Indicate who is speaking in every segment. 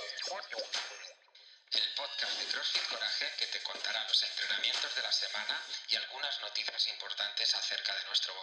Speaker 1: El podcast de CrossFit Coraje que te contará los entrenamientos de la semana y algunas noticias importantes acerca de nuestro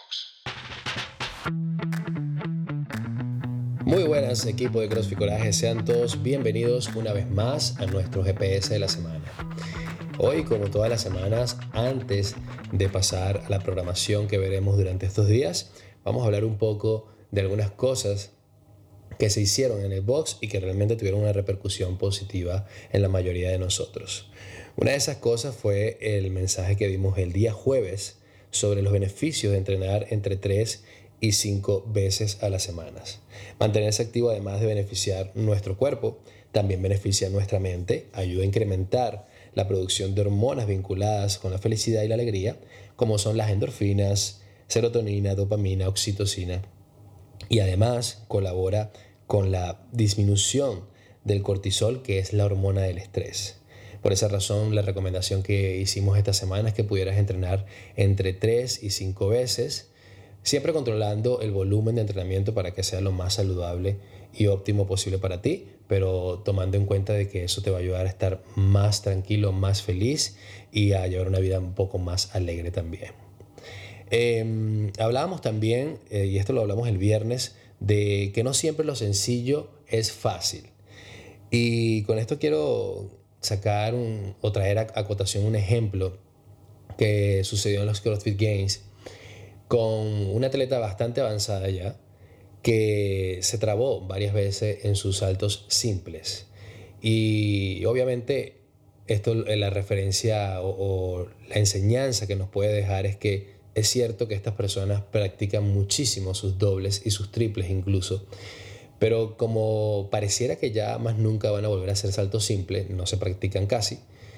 Speaker 1: box.
Speaker 2: Muy buenas, equipo de CrossFit Coraje, sean todos bienvenidos una vez más a nuestro GPS de la semana. Hoy, como todas las semanas, antes de pasar a la programación que veremos durante estos días, vamos a hablar un poco de algunas cosas que se hicieron en el box y que realmente tuvieron una repercusión positiva en la mayoría de nosotros. Una de esas cosas fue el mensaje que dimos el día jueves sobre los beneficios de entrenar entre 3 y 5 veces a las semanas. Mantenerse activo, además de beneficiar nuestro cuerpo, también beneficia nuestra mente, ayuda a incrementar la producción de hormonas vinculadas con la felicidad y la alegría, como son las endorfinas, serotonina, dopamina, oxitocina, y además colabora con la disminución del cortisol, que es la hormona del estrés. Por esa razón, la recomendación que hicimos esta semana es que pudieras entrenar entre 3 y 5 veces, siempre controlando el volumen de entrenamiento para que sea lo más saludable y óptimo posible para ti, pero tomando en cuenta de que eso te va a ayudar a estar más tranquilo, más feliz y a llevar una vida un poco más alegre también. Hablábamos también, y esto lo hablamos el viernes, de que no siempre lo sencillo es fácil. Y con esto quiero sacar o traer a acotación un ejemplo que sucedió en los CrossFit Games con una atleta bastante avanzada ya, que se trabó varias veces en sus saltos simples. Y obviamente esto, la referencia o la enseñanza que nos puede dejar es que es cierto que estas personas practican muchísimo sus dobles y sus triples incluso, pero como pareciera que ya más nunca van a volver a hacer saltos simples, no se practican casi,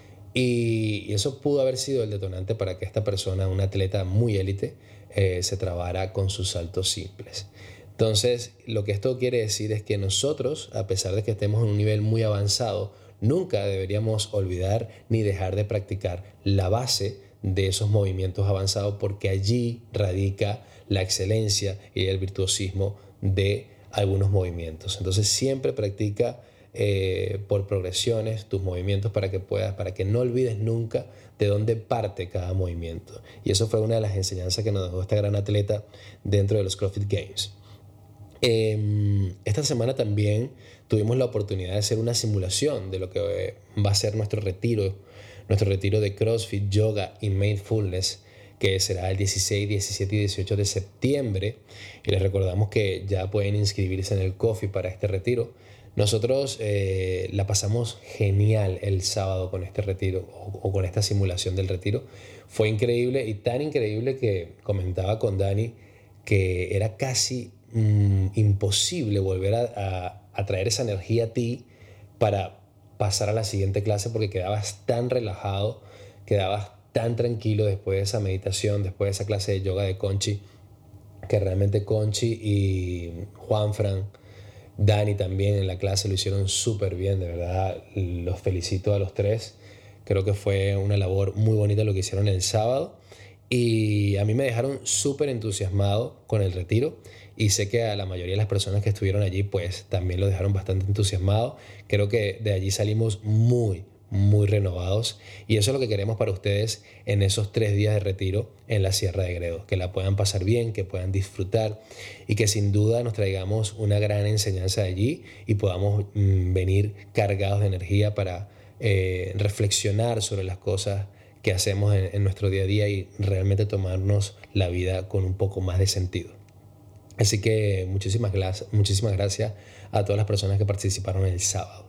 Speaker 2: y eso pudo haber sido el detonante para que esta persona, una atleta muy élite, se trabara con sus saltos simples. Entonces, lo que esto quiere decir es que nosotros, a pesar de que estemos en un nivel muy avanzado, nunca deberíamos olvidar ni dejar de practicar la base de esos movimientos avanzados, porque allí radica la excelencia y el virtuosismo de algunos movimientos. Entonces, siempre practica por progresiones tus movimientos para que no olvides nunca de dónde parte cada movimiento. Y eso fue una de las enseñanzas que nos dejó esta gran atleta dentro de los CrossFit Games. Esta semana también tuvimos la oportunidad de hacer una simulación de lo que va a ser nuestro retiro de CrossFit, Yoga y Mindfulness, que será el 16, 17 y 18 de septiembre. Y les recordamos que ya pueden inscribirse en el Coffee para este retiro. Nosotros la pasamos genial el sábado con este retiro o con esta simulación del retiro. Fue increíble, y tan increíble que comentaba con Dani que era casi imposible volver a traer esa energía a ti para pasar a la siguiente clase, porque quedabas tan relajado, quedabas tan tranquilo después de esa meditación, después de esa clase de yoga de Conchi, que realmente Conchi y Juanfran, Dani también en la clase lo hicieron súper bien, de verdad, los felicito a los tres. Creo que fue una labor muy bonita lo que hicieron el sábado, y a mí me dejaron súper entusiasmado con el retiro, y sé que a la mayoría de las personas que estuvieron allí pues también lo dejaron bastante entusiasmado. Creo que de allí salimos muy renovados, y eso es lo que queremos para ustedes en esos 3 días de retiro en la Sierra de Gredos, que la puedan pasar bien, que puedan disfrutar, y que sin duda nos traigamos una gran enseñanza de allí y podamos venir cargados de energía para reflexionar sobre las cosas que hacemos en nuestro día a día y realmente tomarnos la vida con un poco más de sentido. Así que muchísimas gracias a todas las personas que participaron el sábado.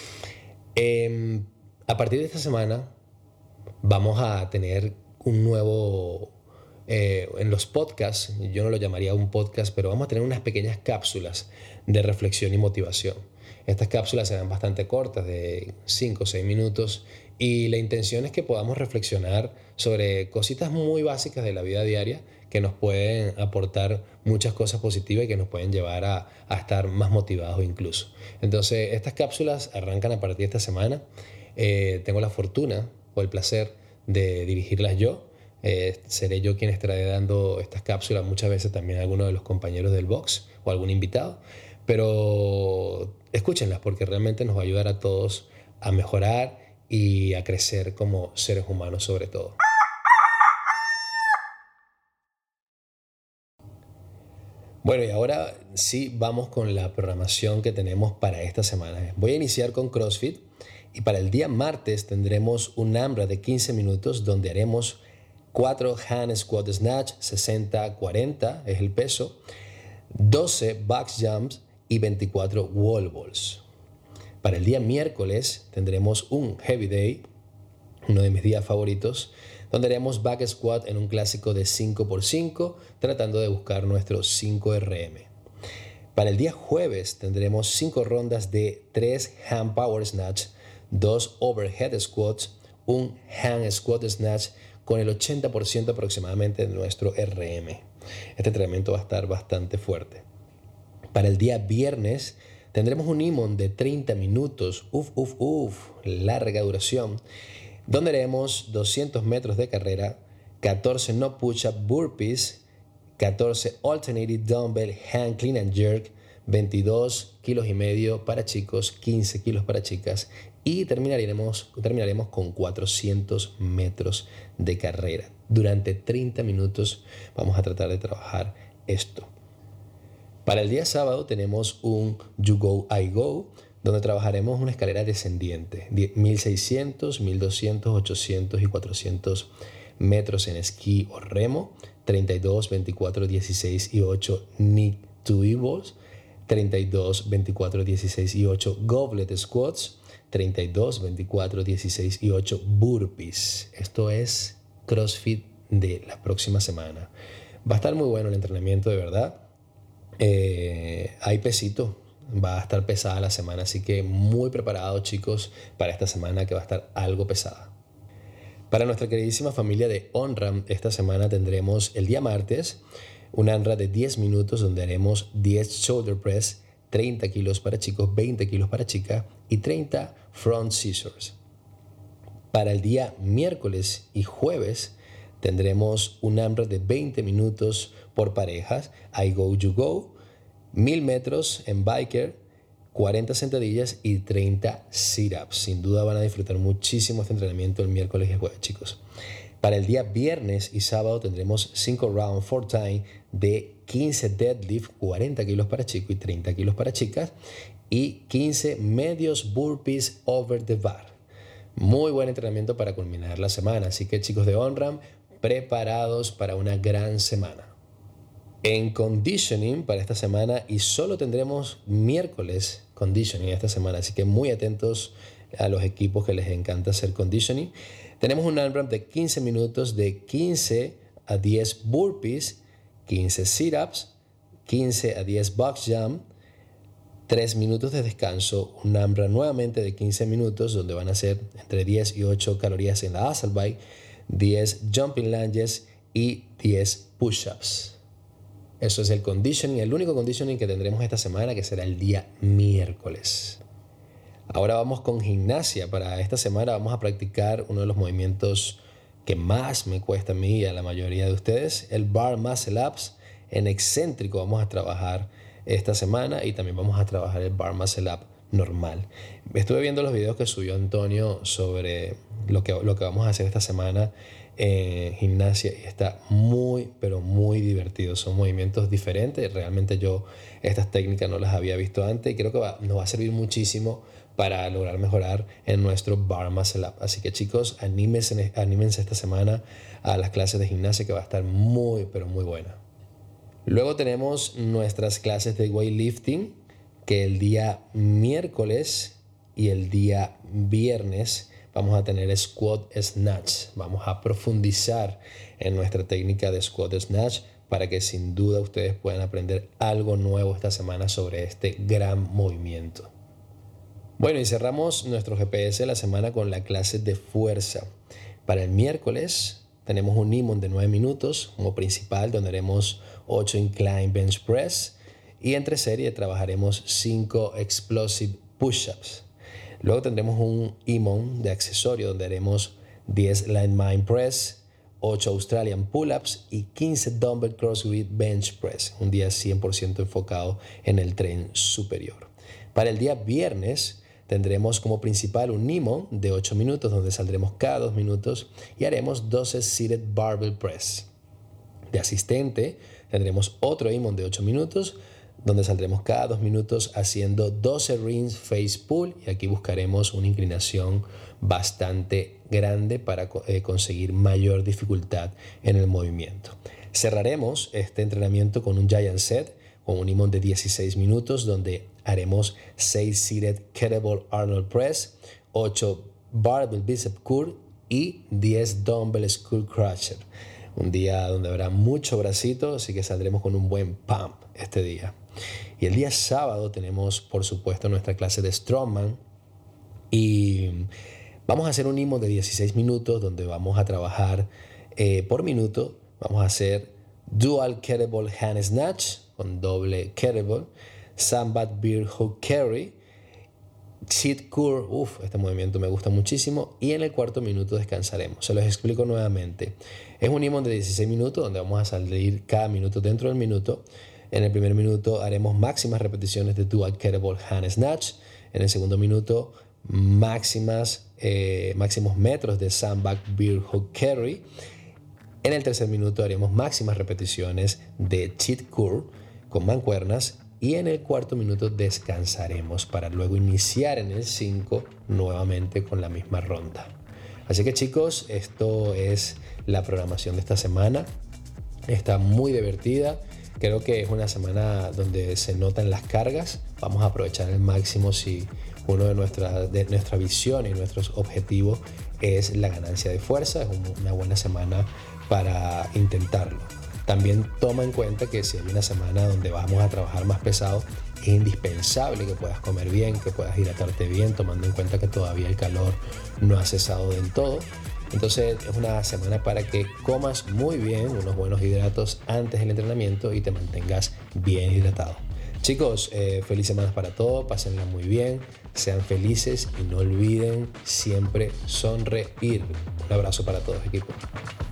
Speaker 2: A partir de esta semana vamos a tener un nuevo, en los podcasts, yo no lo llamaría un podcast, pero vamos a tener unas pequeñas cápsulas de reflexión y motivación. Estas cápsulas serán bastante cortas, de 5 o 6 minutos, y la intención es que podamos reflexionar sobre cositas muy básicas de la vida diaria que nos pueden aportar muchas cosas positivas y que nos pueden llevar a estar más motivados incluso. Entonces, estas cápsulas arrancan a partir de esta semana. Tengo la fortuna o el placer de dirigirlas yo. Seré yo quien estaré dando estas cápsulas, muchas veces también alguno de los compañeros del box o algún invitado, pero escúchenlas porque realmente nos va a ayudar a todos a mejorar y a crecer como seres humanos sobre todo. Bueno, y ahora sí vamos con la programación que tenemos para esta semana. Voy a iniciar con CrossFit y para el día martes tendremos un AMRAP de 15 minutos donde haremos 4 hand squat snatch, 60-40 es el peso, 12 box jumps y 24 wall balls. Para el día miércoles tendremos un heavy day, uno de mis días favoritos, donde haremos back squat en un clásico de 5x5, tratando de buscar nuestro 5RM. Para el día jueves tendremos 5 rondas de 3 hand power snatch, 2 overhead squats, un hand squat snatch con el 80% aproximadamente de nuestro RM. Este entrenamiento va a estar bastante fuerte. Para el día viernes tendremos un EMOM de 30 minutos, larga duración, donde haremos 200 metros de carrera, 14 no push-up burpees, 14 alternative dumbbell hand clean and jerk, 22 kilos y medio para chicos, 15 kilos para chicas y terminaremos con 400 metros de carrera. Durante 30 minutos vamos a tratar de trabajar esto. Para el día sábado tenemos un You Go, I Go, donde trabajaremos una escalera descendiente, 1600, 1200, 800 y 400 metros en esquí o remo, 32, 24, 16 y 8 knee to elbows, 32, 24, 16 y 8 goblet squats, 32, 24, 16 y 8 burpees. Esto es CrossFit de la próxima semana. Va a estar muy bueno el entrenamiento, de verdad. Hay pesito. Va a estar pesada la semana, así que muy preparados, chicos, para esta semana que va a estar algo pesada. Para nuestra queridísima familia de OnRamp, esta semana tendremos el día martes un AMRAP de 10 minutos donde haremos 10 shoulder press, 30 kilos para chicos, 20 kilos para chicas y 30 front scissors. Para el día miércoles y jueves tendremos un AMRAP de 20 minutos por parejas, I Go, You Go, 1000 metros en biker, 40 sentadillas y 30 sit-ups. Sin duda van a disfrutar muchísimo este entrenamiento el miércoles y el jueves, chicos. Para el día viernes y sábado tendremos 5 round 4 time de 15 deadlift, 40 kilos para chicos y 30 kilos para chicas y 15 medios burpees over the bar. Muy buen entrenamiento para culminar la semana. Así que, chicos de OnRamp, preparados para una gran semana. En conditioning para esta semana, y solo tendremos miércoles conditioning esta semana, así que muy atentos a los equipos que les encanta hacer conditioning. Tenemos un AMRAP de 15 minutos de 15 a 10 burpees, 15 sit-ups, 15 a 10 box jump, 3 minutos de descanso, un AMRAP nuevamente de 15 minutos donde van a ser entre 10 y 8 calorías en la assault bike, 10 jumping lunges y 10 push-ups. Eso es el conditioning, el único conditioning que tendremos esta semana, que será el día miércoles. Ahora vamos con gimnasia. Para esta semana vamos a practicar uno de los movimientos que más me cuesta a mí y a la mayoría de ustedes, el bar muscle ups. En excéntrico vamos a trabajar esta semana y también vamos a trabajar el bar muscle up normal. Estuve viendo los videos que subió Antonio sobre lo que vamos a hacer esta semana en gimnasia y está muy, pero muy divertido. Son movimientos diferentes. Realmente yo estas técnicas no las había visto antes y creo que nos va a servir muchísimo para lograr mejorar en nuestro bar muscle up. Así que, chicos, anímense esta semana a las clases de gimnasia, que va a estar muy, pero muy buena. Luego tenemos nuestras clases de weightlifting, que el día miércoles y el día viernes vamos a tener squat snatch. Vamos a profundizar en nuestra técnica de squat snatch para que sin duda ustedes puedan aprender algo nuevo esta semana sobre este gran movimiento. Bueno, y cerramos nuestro GPS de la semana con la clase de fuerza. Para el miércoles tenemos un EMOM de 9 minutos como principal, donde haremos 8 incline bench press y entre serie trabajaremos 5 explosive push-ups. Luego tendremos un EMOM de accesorio donde haremos 10 landmine press, 8 Australian pull-ups y 15 dumbbell cross grip bench press. Un día 100% enfocado en el tren superior. Para el día viernes tendremos como principal un EMOM de 8 minutos donde saldremos cada 2 minutos y haremos 12 seated barbell press. De asistente tendremos otro EMOM de 8 minutos donde saldremos cada 2 minutos haciendo 12 rings face pull y aquí buscaremos una inclinación bastante grande para conseguir mayor dificultad en el movimiento. Cerraremos este entrenamiento con un giant set con un EMOM de 16 minutos donde haremos 6 seated kettlebell Arnold press, 8 barbell bicep curl y 10 dumbbell skull crusher. Un día donde habrá mucho bracito, así que saldremos con un buen pump este día. Y el día sábado tenemos, por supuesto, nuestra clase de Strongman y vamos a hacer un EMOM de 16 minutos donde vamos a trabajar por minuto. Vamos a hacer dual kettlebell hand snatch con doble kettlebell, sandbag bear hug carry, cheat curl, este movimiento me gusta muchísimo, y en el cuarto minuto descansaremos. Se los explico nuevamente. Es un EMOM de 16 minutos donde vamos a salir cada minuto dentro del minuto. En el primer minuto haremos máximas repeticiones de dual kettlebell hand snatch. En el segundo minuto máximos metros de sandbag bear hug carry. En el tercer minuto haremos máximas repeticiones de cheat curl con mancuernas y en el cuarto minuto descansaremos para luego iniciar en el 5 nuevamente con la misma ronda. Así que chicos, esto es la programación de esta semana. Está muy divertida. Creo que es una semana donde se notan las cargas. Vamos a aprovechar al máximo si uno de nuestra visión y nuestros objetivos es la ganancia de fuerza. Es una buena semana para intentarlo. También toma en cuenta que si hay una semana donde vamos a trabajar más pesado, es indispensable que puedas comer bien, que puedas hidratarte bien, tomando en cuenta que todavía el calor no ha cesado del todo. Entonces es una semana para que comas muy bien, unos buenos hidratos antes del entrenamiento y te mantengas bien hidratado. Chicos, feliz semana para todos, pásenla muy bien, sean felices y no olviden siempre sonreír. Un abrazo para todos, equipo.